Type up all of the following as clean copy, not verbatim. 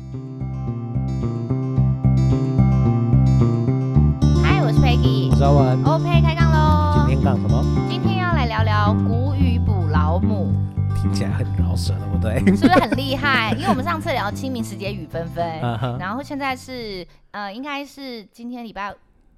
嗨，我是 Peggy， 我是阿文。 OK， 开杠喽！ 今天杠什么？ 今天要来聊聊古语补老母， 听起来很饶舌，对不对？ 是不是很厉害？因为我们上次聊清明时节雨纷纷，然后现在是应该是今天礼拜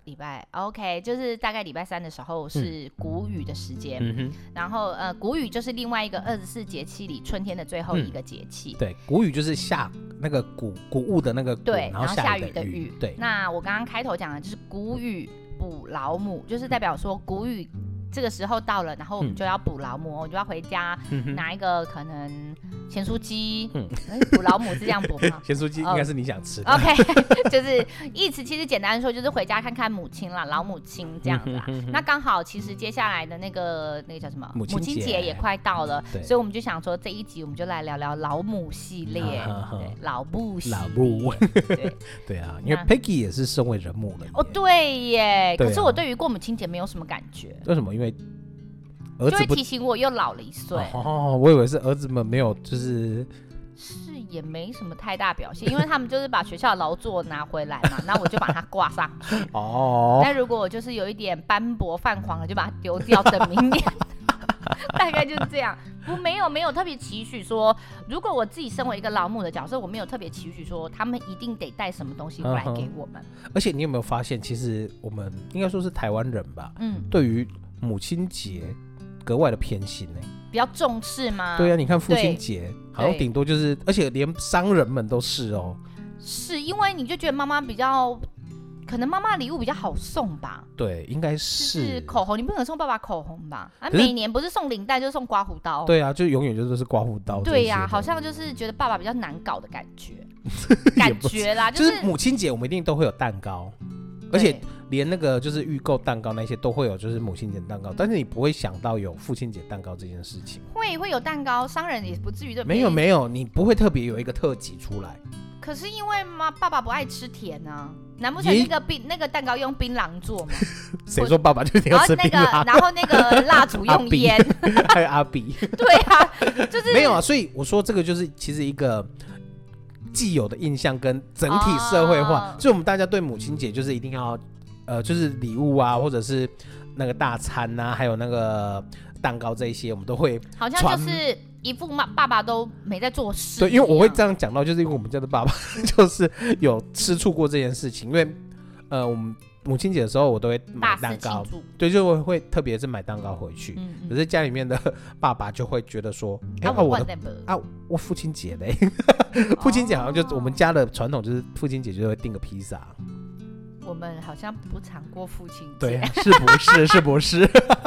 OK， 就是大概礼拜3的时候是谷雨的时间，然后谷雨就是另外一个24节气里春天的最后一个节气。 对，谷雨就是下那个谷物的那个谷， 对， 然后下雨的雨。 对， 那我刚刚开头讲的就是谷雨补老母，就是代表说谷雨这个时候到了，然后我们就要补老母，我就要回家拿一个可能咸酥鸡，补老母是这样补吗？ 咸酥鸡应该是你想吃的。 OK， 就是意思其实简单说就是回家看看母亲啦，老母亲这样子啦。那刚好其实接下来的那个叫什么母亲节也快到了，所以我们就想说这一集我们就来聊聊老母系列，对，老母系列， 对啊，因为 Peggy 也是身为人母了。 哦，对耶，可是我对于过母亲节没有什么感觉。 为什么？因为儿子就会提醒我又老了1岁。 哦，我以为是儿子们没有，是也没什么太大表现，因为他们就是把学校的劳作拿回来嘛，那我就把它挂上去。哦，那如果我就是有一点斑驳泛黄了，就把它丢掉，等明年。大概就是这样，没有特别期许说，如果我自己身为一个老母的角色，我没有特别期许说他们一定得带什么东西回来给我们。 而且你有没有发现，其实我们应该说是台湾人吧，对于母亲节格外的偏心呢， 比较重视吗？ 对啊，你看父亲节好像顶多就是，而且连商人们都是哦， 是因为你就觉得妈妈比较。可能妈妈礼物比较好送吧， 对，应该是。 就是口红，你不可能送爸爸口红吧？每年不是送领带就是送刮胡刀。 对啊，就永远就是刮胡刀。 对呀，好像就是觉得爸爸比较难搞的感觉，感觉啦， 就是母亲节我们一定都会有蛋糕，而且连那个就是预购蛋糕那些都会有，就是母亲节蛋糕，但是你不会想到有父亲节蛋糕这件事情。 会有蛋糕，商人也不至于没有，你不会特别有一个特辑出来。 可是因为爸爸不爱吃甜啊，难不成那个蛋糕用槟榔做吗？ 谁说爸爸就一定要吃槟榔？ 然后那个蜡烛用烟， 还有阿比。 对啊，就是没有啊，所以我说这个就是其实一个既有的印象跟整体社会化，所以我们大家对母亲节就是一定要就是礼物啊，或者是那个大餐啊，还有那个蛋糕这一些，我们都会好像就是一副爸爸都没在做事。 对，因为我会这样讲到，就是因为我们家的爸爸就是有吃醋过这件事情，因为我们母亲节的时候我都会买蛋糕，对，就会特别是买蛋糕回去。可是家里面的爸爸就会觉得说，我父亲节嘞，父亲节好像就我们家的传统就是父亲节就会订个披萨。 我们好像不常过父亲节， 对，是不是？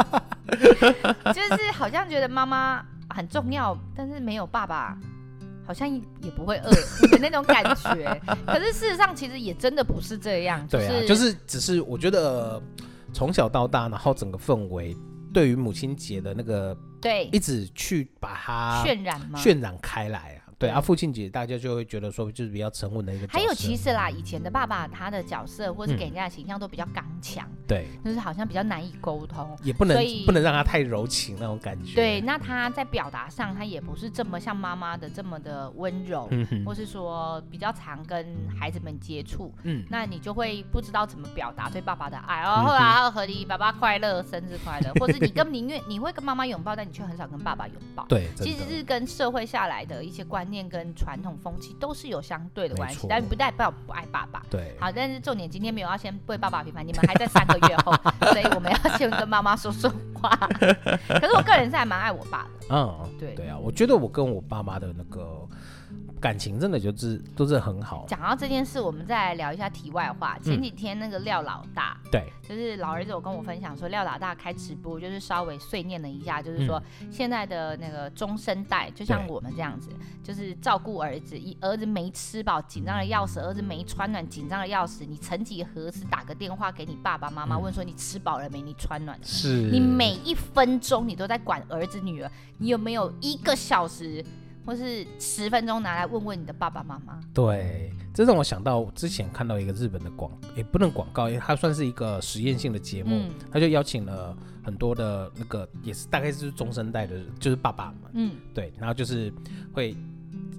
就是好像觉得妈妈很重要，但是没有爸爸好像也不会饿的那种感觉。可是事实上其实也真的不是这样， 对啊，就是只是我觉得从小到大，然后整个氛围对于母亲节的那个对一直去把它渲染开来啊。对啊，父亲节大家就会觉得说就是比较沉稳的一个角色。 还有其实啦，以前的爸爸他的角色或是给人家的形象都比较刚强，对，就是好像比较难以沟通， 也不能让他太柔情那种感觉。 对，那他在表达上他也不是这么像妈妈的这么的温柔，或是说比较常跟孩子们接触，那你就会不知道怎么表达对爸爸的爱哦。后来和你爸爸快乐，生日快乐，或是你会跟妈妈拥抱，但你却很少跟爸爸拥抱。对，其实是跟社会下来的一些观念跟传统风气都是有相对的关系，但不代表不爱爸爸。对，好，但是重点今天没有要先为爸爸平反，你们还在3个月后，所以我们要先跟妈妈说说话。可是我个人是还蛮爱我爸的。对啊，我觉得我跟我爸妈的那个感情真的都是很好。 讲到这件事，我们再来聊一下题外话。前几天那个廖老大，对，就是老儿子有跟我分享说，廖老大开直播，就是稍微碎念了一下，就是说现在的那个中生代，就像我们这样子，就是照顾儿子，儿子没吃饱紧张的要死，儿子没穿暖紧张的要死，你曾几何时打个电话给你爸爸妈妈问说你吃饱了没，你穿暖了，是你每1分钟你都在管儿子女儿，你有没有1个小时或是10分钟拿来问问你的爸爸妈妈？ 对，这让我想到之前看到一个日本的也不能广告，它算是一个实验性的节目，他就邀请了很多的那个也是大概是中生代的，就是爸爸们，对，然后就是会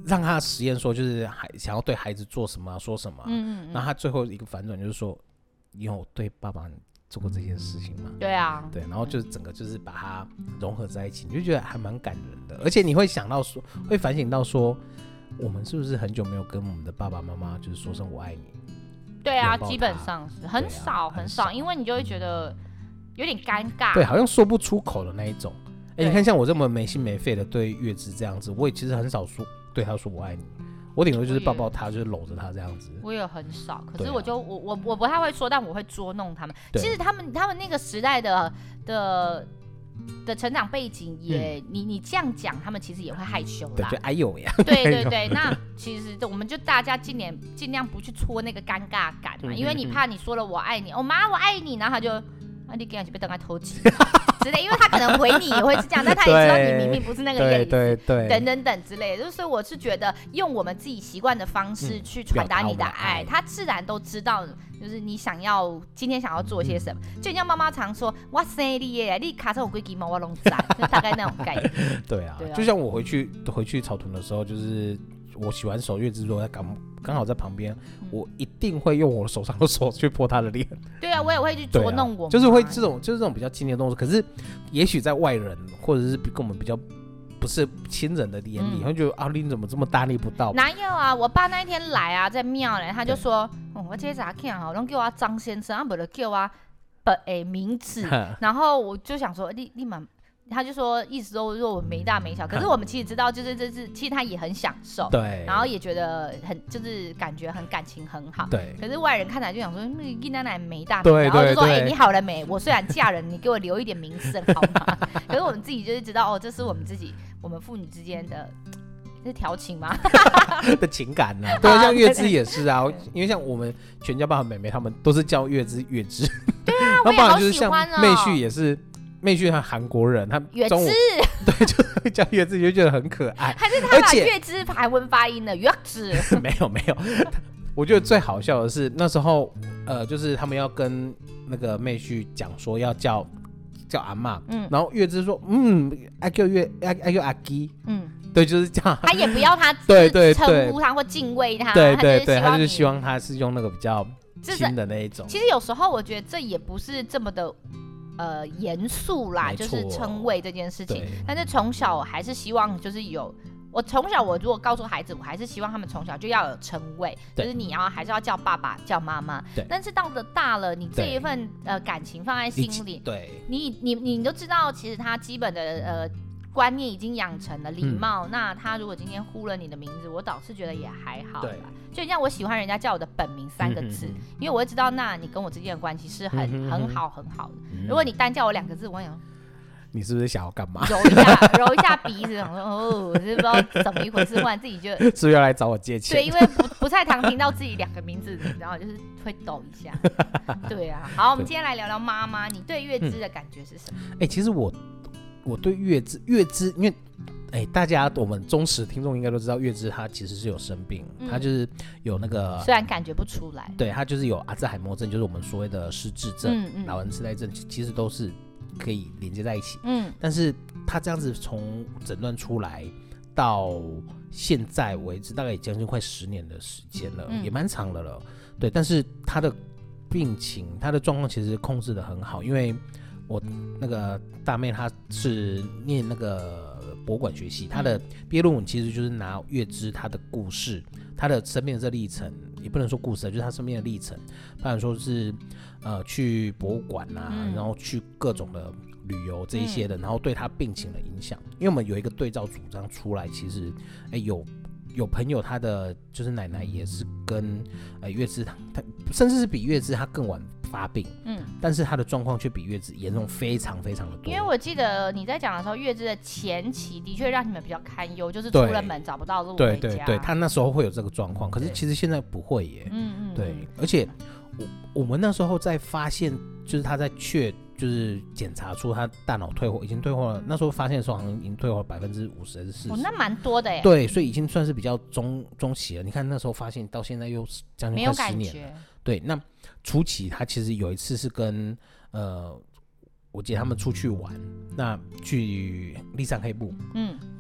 让他实验说，就是想要对孩子做什么说什么，然后他最后一个反转就是说，你有对爸爸做过这件事情吗？ 对啊， 对，然后就是整个就是把它融合在一起，你就觉得还蛮感人的，而且你会想到说，会反省到说，我们是不是很久没有跟我们的爸爸妈妈就是说声我爱你？ 对啊，基本上是很少很少，因为你就会觉得有点尴尬， 对，好像说不出口的那一种。你看像我这么没心没肺的对月之这样子，我也其实很少对他说我爱你，我顶多就是抱抱他，就是搂着他这样子。我也很少，可是我不太会说，但我会捉弄他们。其实他们那个时代的成长背景也，你这样讲，他们其实也会害羞啦。 对，就哎呦呀。 对，那其实我们就大家尽量不去戳那个尴尬感嘛，因为你怕你说了我爱你，妈我爱你，然后他就你给人去被等他偷情之类，因为他可能回你也会是这样，但他也知道你明明不是那个意思，对，等之类的。就是我是觉得用我们自己习惯的方式去传达你的爱，他自然都知道，就是你今天想要做些什么。就像妈妈常说，哇塞你耶，你卡车有几支毛我拢知，就大概那种概念。 对啊，就像我回去草屯的时候，就是我洗完手，月之说刚好在旁边，我一定会用我手上的手去泼他的脸。 对啊，我也会去捉弄我， 就是会这种比较亲密的动作。可是也许在外人或者是跟我们比较不是亲人的眼里，会觉得你怎么这么大逆不道？ 哪有啊！我爸那一天来啊，在庙里，他就说：“我这查囝吼，拢叫我张先生，啊，不就叫我名字。”然后我就想说，你蛮。他就说，意思都说我没大没小，可是我们其实知道，就是其实他也很享受， 对， 然后也觉得就是感觉感情很好， 对。 可是外人看来就想说，你奶奶没大没小，然后就说，你好了没？我虽然嫁人，你给我留一点名声好吗？可是我们自己就是知道，这是我们父女之间的。是调情吗？ 的情感呢？对啊，像月之也是啊，因为像我们全家爸爸妹妹他们都是叫月之。 对啊，我也好喜欢妹婿也是。妹婿他韩国人，他中午对就会叫月之，就觉得很可爱。 还是他把月之韩文发音的月之？ 没有，我觉得最好笑的是那时候，就是他们要跟那个妹婿讲说要叫阿嬷，然后月之说，爱叫阿基，对，就是这样。 他也不要他称呼他或敬畏他， 对，他就是希望他是用那个比较亲的那一种。 其实有时候我觉得这也不是这么的。严肃啦，就是称谓这件事情。但是从小我还是希望就是我从小我如果告诉孩子，我还是希望他们从小就要有称谓，就是你还是要叫爸爸叫妈妈。但是到了大了，你这一份感情放在心里， 对， 你都知道，其实他基本的观念已经养成了礼貌。那他如果今天呼了你的名字，我倒是觉得也还好啦。就像我喜欢人家叫我的本名3个字，因为我会知道，那你跟我之间的关系是很好很好的。如果你单叫我2个字，我想你是不是想要干嘛？ 揉一下鼻子，想说我是不知道怎么一回事，忽然自己就是不是要来找我借钱？ 对，因为不太常听到自己2个名字，然后就是会抖一下。对啊，好，我们今天来聊聊妈妈，你对月之的感觉是什么？ 其实我对月之，因为大家我们忠实听众应该都知道，月之他其实是有生病，他就是有那个虽然感觉不出来， 对，他就是有阿兹海默症，就是我们所谓的失智症、老人痴呆症，其实都是可以连接在一起。但是他这样子从诊断出来到现在为止，大概也将近快10年的时间了，也蛮长的了。对，但是他的病情、他的状况其实控制得很好，因为我那个大妹她是念那个博物馆学系，她的毕业论文其实就是拿月之她的故事，她的生命的这历程，也不能说故事，就是她生命的历程，不然说是去博物馆啊，然后去各种的旅游这一些的，然后对她病情的影响，因为我们有一个对照组这样出来，其实有朋友他的就是奶奶也是跟月之他甚至是比月之他更晚发病，但是他的状况却比月之严重非常非常的多。 因为我记得你在讲的时候，月之的前期的确让你们比较堪忧，就是出了门找不到路回家。 对，他那时候会有这个状况，可是其实现在不会耶。对，而且我们那时候在发现，就是他在就是检查出他大脑已经退化了。那时候发现的时候，好像已经退化了50%还是40%。 那蛮多的耶。 对，所以已经算是比较中期了。你看那时候发现到现在又将近快10年了。对，那初期他其实有一次是跟我姐他们出去玩，那去立山黑部，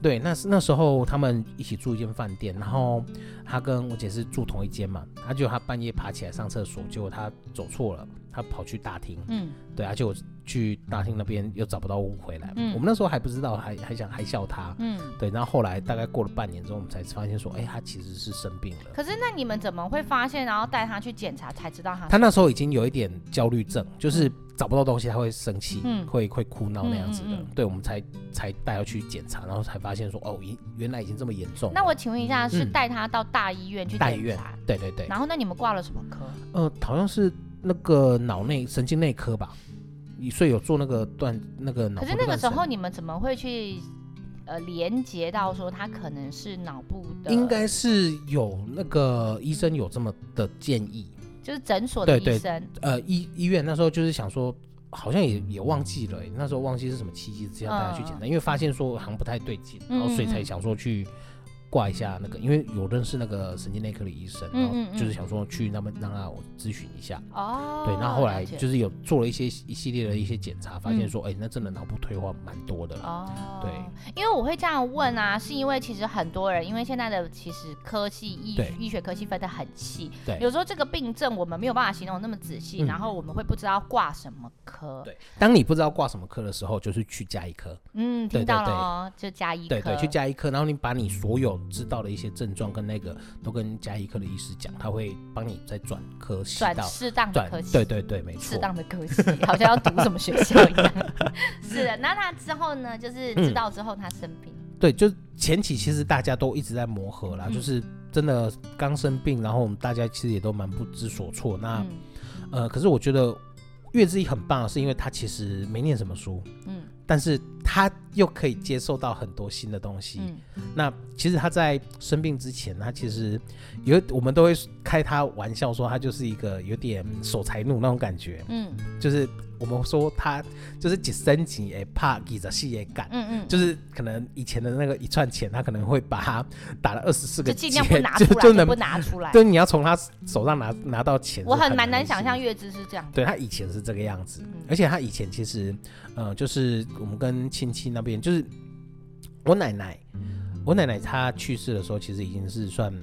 对，那时候他们一起住一间饭店，然后他跟我姐是住同一间嘛，他半夜爬起来上厕所，结果他走错了，他跑去大厅，对，结果去大厅那边又找不到回来，我们那时候还不知道，还笑他，对，然后后来大概过了半年之后，我们才发现说，他其实是生病了。 可是那你们怎么会发现，然后带他去检查才知道他那时候已经有一点焦虑症，就是找不到东西他会生气，会哭闹那样子的，对，我们才带他去检查，然后才发现说，原来已经这么严重了。 那我请问一下，是带他到大医院去检查？大医院， 对对对。 然后那你们挂了什么科？ 好像是那个脑内神经内科吧，所以有做那个脑。 可是那个时候你们怎么会去连接到说他可能是脑部的？ 应该是有那个医生有这么的建议， 就是诊所的医生。 医院那时候就是想说，好像也忘记了，那时候忘记是什么契机之下带他去检查，因为发现说好像不太对劲，然后所以才想说去挂一下那个，因为有认识那个神经内科的医生，然后就是想说去让他咨询一下。对，然后后来就是有做了一系列的一些检查，发现说，那真的脑部退化蛮多的了。对， 因为我会这样问啊，是因为其实很多人，因为现在的其实科系医学科系分得很细，有时候这个病症我们没有办法形容那么仔细，然后我们会不知道挂什么科。 对，当你不知道挂什么科的时候，就是去加医科。 听到了哦，就加医科。 对，去加医科，然后你把你所有知道的一些症状跟那个都跟加医科的医师讲，他会帮你再转科系到适当的科系。 对，没错， 适当的科系，好像要读什么学校一样。是的，那他之后呢？就是知道之后他生病。 对，就前期其实大家都一直在磨合啦，就是真的刚生病，然后我们大家其实也都蛮不知所措。那可是我觉得月之一很棒的是，因为他其实没念什么书，但是他又可以接受到很多新的东西。那其实他在生病之前，他其实我们都会开他玩笑说，他就是一个有点守财奴那种感觉。就是我们说他就是几升级也怕几着戏也敢。就是可能以前的那个一串钱，他可能会把它打了24个结， 就尽量不拿出来，就不拿出来。 对，你要从他手上拿到钱， 我蛮难想象月之是这样。 对，他以前是这个样子，而且他以前其实就是我们跟亲戚那边，就是我奶奶她去世的时候，其实已经是算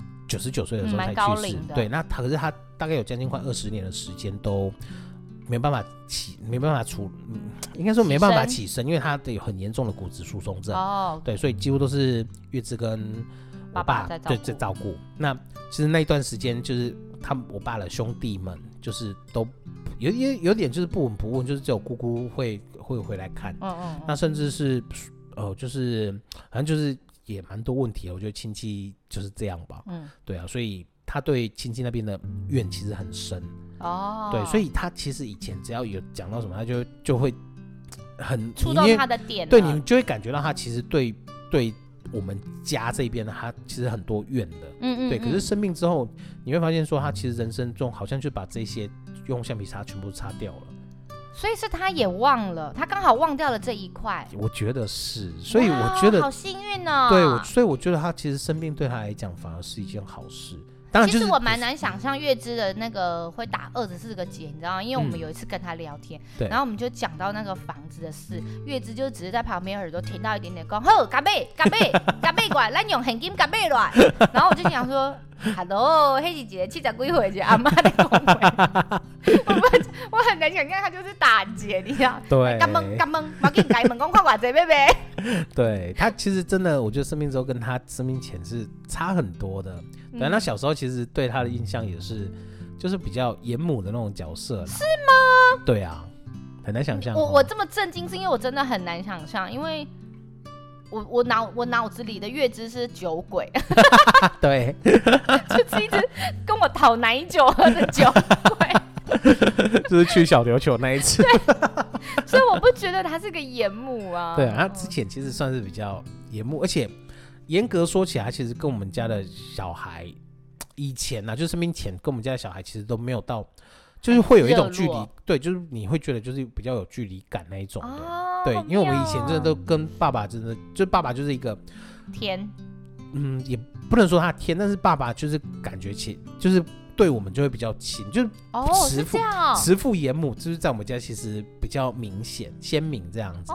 99岁的时候才去世。对，那可是她大概有将近快20年的时间都没办法应该说没办法起身，因为她有很严重的骨质疏松症。对，所以几乎都是月子跟我爸在照顾。那其实那一段时间，就是我爸的兄弟们，就是都有点就是不闻不问，就是只有姑姑会回来看。那甚至是就是反正就是也蛮多问题，我觉得亲戚就是这样吧。对啊，所以他对亲戚那边的怨其实很深。对，所以他其实以前只要有讲到什么，他就会很触动他的点。 对，你就会感觉到他其实对我们家这边他其实很多怨的。对，可是生病之后，你会发现说他其实人生中好像就把这些用橡皮擦全部擦掉了。 所以是他也忘了，他刚好忘掉了这一块。 我觉得是，所以我觉得好幸运哦。 对，所以我觉得他其实生病对他来讲反而是一件好事。当然、就是， 其实我蛮难想象月之的那个会打24个结，你知道吗？因为我们有一次跟他聊天，然后我们就讲到那个房子的事，月之就只是在旁边耳朵听到一点点讲，好，加买过来，咱用现金加买来。然后我就想说 ，Hello， 那是一个70几岁的阿嬷在讲话。我很难想象他就是打结，你知道？ 对。 干懵，我给你开门，讲看偌济妹妹。 对，他其实真的，我觉得生病之后跟他生病前是差很多的。对，那小时候其实对他的印象也是，就是比较严母的那种角色啦。 是吗？ 对啊，很难想象。 我这么震惊，是因为我真的很难想象，因为我脑子里的月之是酒鬼。 对， 就是一直跟我讨奶酒喝的酒鬼。 就是去小琉球那一次。 所以我不觉得他是个严母啊。 对啊，他之前其实算是比较严母，而且严格说起来，其实跟我们家的小孩以前啊，就是生病前跟我们家的小孩其实都没有到，就是会有一种距离。对，就是你会觉得就是比较有距离感那一种的。对，因为我们以前真的都跟爸爸真的，就爸爸就是一个天， 也不能说他天，但是爸爸就是感觉起就是对我们就会比较亲，就是慈父严母，就是在我们家其实比较明显鲜明这样子。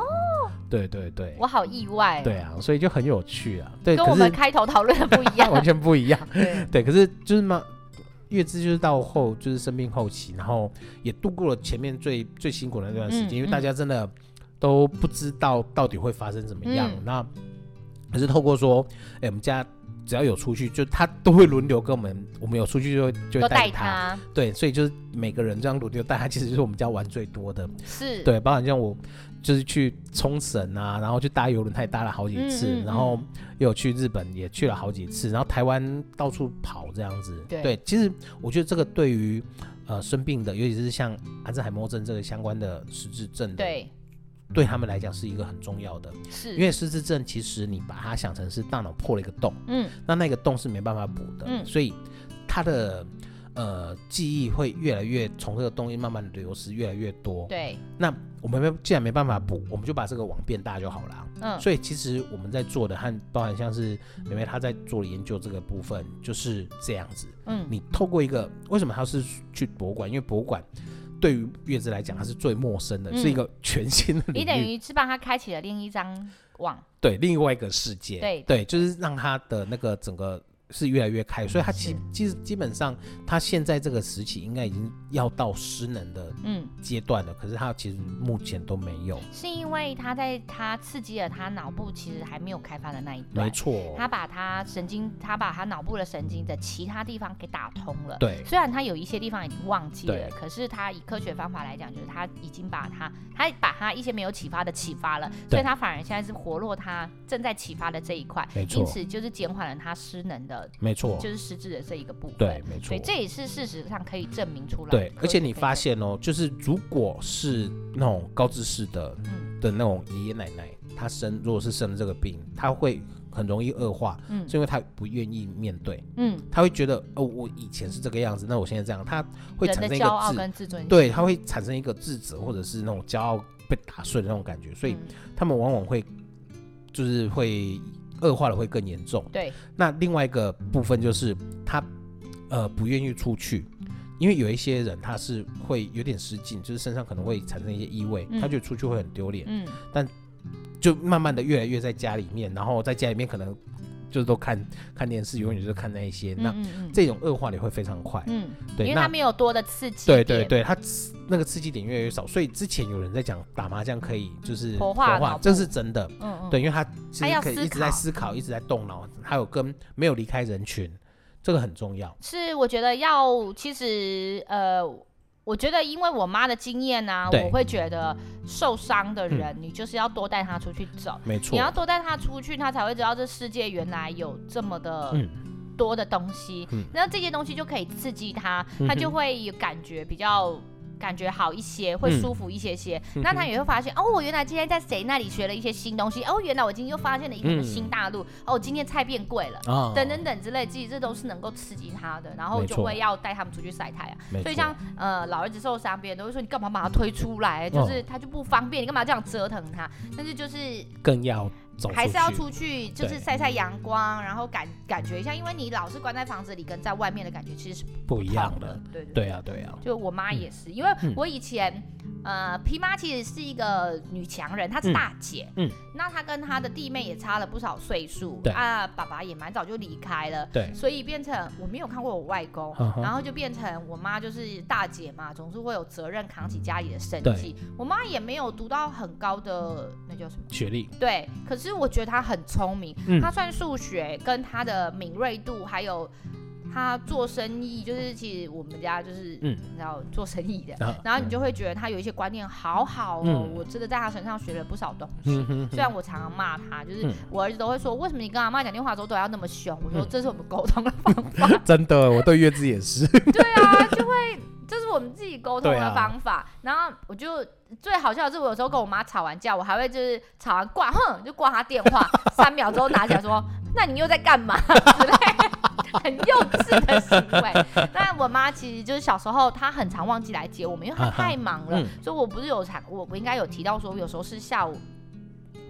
对对对， 我好意外。 对啊，所以就很有趣啊。对， 跟我们开头讨论的不一样， 完全不一样。对，可是就是月子就是到后就是生病后期，然后也度过了前面最辛苦的那段时间，因为大家真的都不知道到底会发生怎么样。那可是透过说，我们家只要有出去，就他都会轮流跟我们有出去就会带他。对，所以就是每个人这样轮流带他，其实就是我们家玩最多的。 是， 对，包含像我就是去冲绳啊，然后去搭邮轮，他也搭了好几次，然后也有去日本也去了好几次，然后台湾到处跑这样子。对，其实我觉得这个对于生病的，尤其是像阿兹海默症这个相关的失智症的，对他们来讲是一个很重要的，因为失智症其实你把它想成是大脑破了一个洞，那个洞是没办法补的，所以他的记忆会越来越从这个洞慢慢的流失，越来越多。对，那我们既然没办法补，我们就把这个网变大就好了。所以其实我们在做的和包含像是妹妹她在做的研究这个部分就是这样子。你透过一个为什么她是去博物馆？因为博物馆对于月子来讲，它是最陌生的，是一个全新的领域。 你等于是帮他开启了另一张网， 对，另外一个世界。对，就是让他的那个整个是越来越开，所以他基本上他现在这个时期应该已经要到失能的阶段了，可是他其实目前都没有， 是因为他刺激了他脑部其实还没有开发的那一段， 没错， 他把他脑部的神经的其他地方给打通了。 对， 虽然他有一些地方已经忘记了，可是他以科学方法来讲，就是他已经把他一些没有启发的启发了，所以他反而现在是活络他正在启发的这一块，因此就是减缓了他失能的。 没错， 就是失智的这一个部分。 对，没错， 所以这也是事实上可以证明出来。 对，而且你发现哦，就是如果是那种高知识的那种爷爷奶奶，他如果是生了这个病，他会很容易恶化，是因为他不愿意面对，他会觉得我以前是这个样子，那我现在这样，他会产生一个人的骄傲跟自尊心， 对，他会产生一个自责或者是那种骄傲被打碎的那种感觉，所以他们往往会就是会恶化的会更严重。 对， 那另外一个部分就是他不愿意出去，因为有一些人他是会有点失禁，就是身上可能会产生一些异味，他觉得出去会很丢脸，但就慢慢的越来越在家里面，然后在家里面可能就是都看电视，永远就是看那一些，那这种恶化也会非常快， 对，因为他没有多的刺激点， 对，他那个刺激点越来越少，所以之前有人在讲打麻将可以就是活化， 这是真的，对，因为他其实可以一直在思考，一直在动脑，还有跟没有离开人群，这个很重要。 是，我觉得其实我觉得因为我妈的经验啊，我会觉得受伤的人，你就是要多带他出去走， 没错， 你要多带他出去，他才会知道这世界原来有这么的多的东西，那这些东西就可以刺激他，他就会有感觉好一些，会舒服一些，那他也会发现我原来今天在谁那里学了一些新东西，原来我今天又发现了一个新大陆，今天菜变贵了，等等等之类，其实这都是能够刺激他的，然后就会要带他们出去晒太阳。所以像老儿子受伤，别人都会说你干嘛把他推出来，就是他就不方便，你干嘛这样折腾他？但是就是更要还是要出去，就是晒晒阳光，然后感觉一下，因为你老是关在房子里，跟在外面的感觉其实是不一样的。对啊。就我妈也是，因为我以前皮妈其实是一个女强人，她是大姐，那她跟她的弟妹也差了不少岁数，爸爸也蛮早就离开了，所以变成我没有看过我外公，然后就变成我妈就是大姐嘛，总是会有责任扛起家里的生计。我妈也没有读到很高的那叫什么学历， 对，可是我觉得她很聪明，她算数学跟她的敏锐度，还有他做生意，就是其实我们家就是你知道做生意的，然后你就会觉得他有一些观念好好哦，我真的在他身上学了不少东西。虽然我常常骂他，就是我儿子都会说，为什么你跟阿嬷讲电话的时候都要那么凶？我说这是我们沟通的方法。 真的，我对月子也是。 对啊，就会这是我们自己沟通的方法。然后我就最好笑的是，我有时候跟我妈吵完架，我还会就是吵完挂，就挂她电话，3秒之后拿起来说，那你又在干嘛之类。很幼稚的行为。但我妈其实就是小时候她很常忘记来接我们，因为她太忙了，所以我不是我应该有提到说，有时候是下午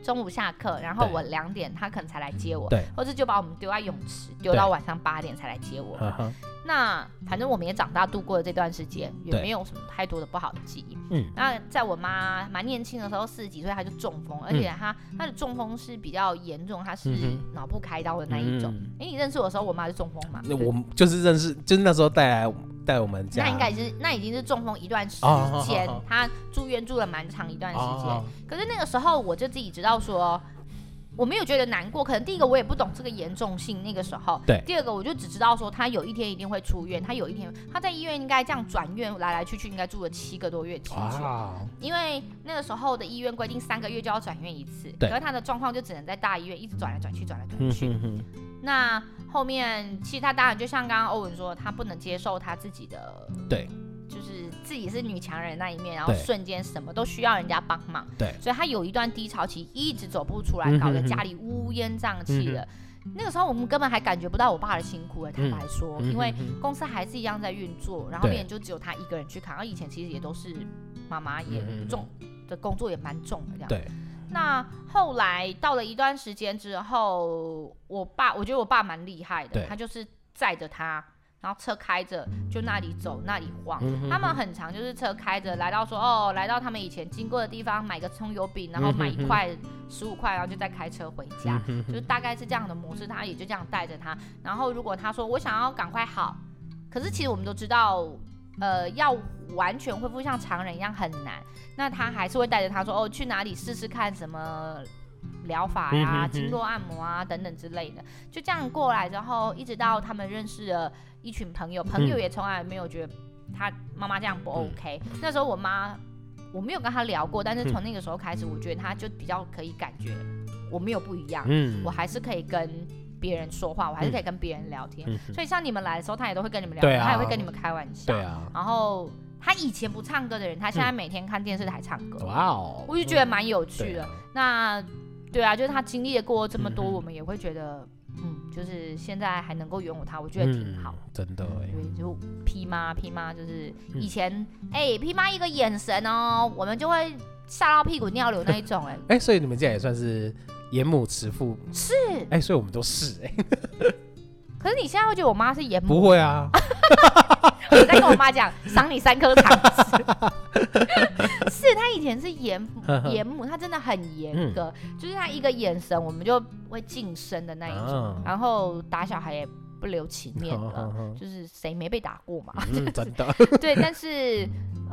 中午下课，然后我2点他可能才来接我， 对， 或者就把我们丢在泳池，丢到晚上8点才来接我。那反正我们也长大度过了这段时间，也没有什么太多的不好的记忆。那在我妈蛮年轻的时候，40几岁她就中风，而且她的中风是比较严重，她是脑部开刀的那一种。你认识我的时候，我妈是中风嘛？ 我就是认识，就是那时候带我们家。 那已经是中风一段时间，她住院住了蛮长一段时间。可是那个时候我就自己知道说，我没有觉得难过，可能第一个我也不懂这个严重性，那个时候。 对。 第二个我就只知道说，他有一天一定会出院，他有一天他在医院应该这样转院来来去去，应该住了7个多月期间。因为那个时候的医院规定3个月就要转院一次，可是他的状况就只能在大医院一直转来转去，转来转去。那后面其实他当然就像刚刚欧文说，他不能接受他自己的对。 就是自己是女强人那一面，然后瞬间什么都需要人家帮忙，对，所以他有一段低潮期，一直走不出来，搞得家里乌烟瘴气的。那个时候我们根本还感觉不到我爸的辛苦，坦白说，因为公司还是一样在运作，然后也就只有他一个人去扛。然后以前其实也都是妈妈也重的工作也蛮重的这样。对。那后来到了一段时间之后，我觉得我爸蛮厉害的，他就是载着他。然后车开着就那里走那里晃，他们很常就是车开着来到来到他们以前经过的地方买个葱油饼，然后买1块15块，然后就再开车回家，就是大概是这样的模式，他也就这样带着他。然后如果他说我想要赶快好，可是其实我们都知道要完全恢复像常人一样很难，那他还是会带着他说去哪里试试看什么疗法呀、经络按摩啊等等之类的，就这样过来之后，一直到他们认识了一群朋友也从来没有觉得他妈妈这样不 OK。那时候我妈我没有跟他聊过，但是从那个时候开始，我觉得他就比较可以感觉我没有不一样，我还是可以跟别人说话，我还是可以跟别人聊天。所以像你们来的时候，他也都会跟你们聊天，他也会跟你们开玩笑。然后他以前不唱歌的人，他现在每天看电视台唱歌，哇哦，我就觉得蛮有趣的。那对啊，就是他经历过这么多，我们也会觉得，就是现在还能够拥有他，我觉得挺好。 真的哎， 对，就P妈就是以前P妈一个眼神哦，我们就会吓到屁股尿流那一种哎。 所以你们这样也算是严母慈父， 是所以我们都是可是你现在会觉得我妈是严母？ 不会啊。 我在跟我妈讲，赏你3颗糖吃。是她以前是严母，她真的很严格，就是她一个眼神我们就会晋升的那一种，然后打小孩也不留情面的，就是谁没被打过嘛？ 真的。 对，但是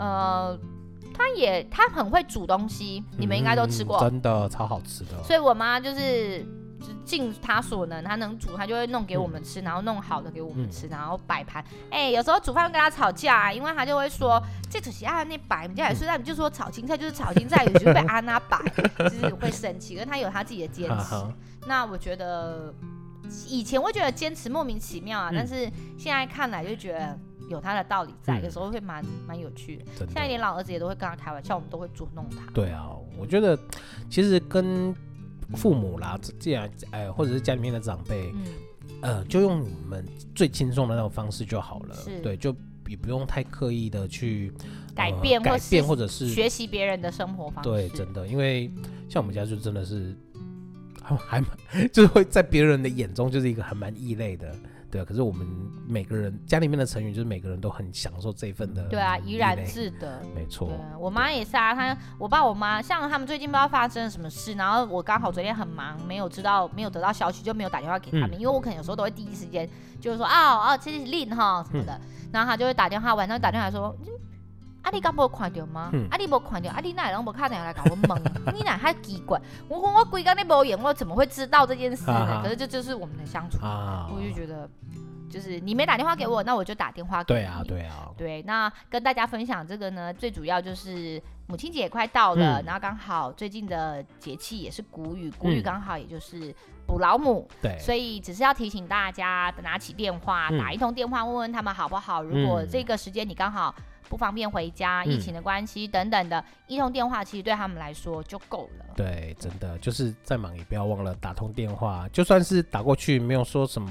她很会煮东西，你们应该都吃过， 真的超好吃的。 所以我妈就是尽她所能，她能煮，她就会弄给我们吃，然后弄好的给我们吃，然后摆盘。有时候煮饭会跟她吵架，因为她就会说这就是按那摆，你家也是，那你就说炒青菜就是炒青菜，有时候被安娜摆，就是会生气。可是她有她自己的坚持。那我觉得以前会觉得坚持莫名其妙啊，但是现在看来就觉得有他的道理在，有时候会蛮有趣的。现在连老儿子也都会跟他开玩笑，我们都会捉弄他。 对啊，我觉得其实跟父母啦，既然或者是家里面的长辈，就用你们最轻松的那种方式就好了。对，就也不用太刻意的去改变或者是学习别人的生活方式。 对，真的，因为像我们家就真的是还就是会在别人的眼中就是一个还蛮异类的。对啊，可是我们每个人家里面的成员，就是每个人都很享受这一份的。 对啊，怡然自得。 没错。 我妈也是啊，我爸我妈，像他们最近不知道发生了什么事，然后我刚好昨天很忙，没有得到消息，就没有打电话给他们，因为我可能有时候都会第一时间就是说这是令哈什么的，然后他就会打电话，晚上打电话说。你敢无看到吗？你无看到，你哪会拢无打电话来搞我问？你哪还奇怪？我规工你无演，我怎么会知道这件事呢？可是这就是我们的相处，我就觉得，就是你没打电话给我，那我就打电话给你。对，那跟大家分享这个呢，最主要就是母亲节也快到了，然后刚好最近的节气也是谷雨，谷雨刚好也就是补老母，对，所以只是要提醒大家，拿起电话打一通电话，问问他们好不好。如果这个时间你刚好不方便回家，疫情的关系等等的，一通电话其实对他们来说就够了。 对，真的就是再忙也不要忘了打通电话，就算是打过去没有说什么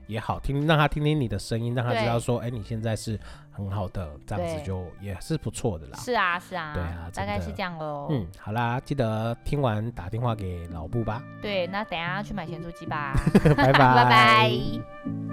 也好，让他听听你的声音，让他知道说，你现在是很好的，这样子就也是不错的啦。 是啊，是啊， 对啊， 大概是这样咯。 好啦，记得听完打电话给老布吧。 对，那等一下去买咸酥鸡吧。 拜拜， 拜拜。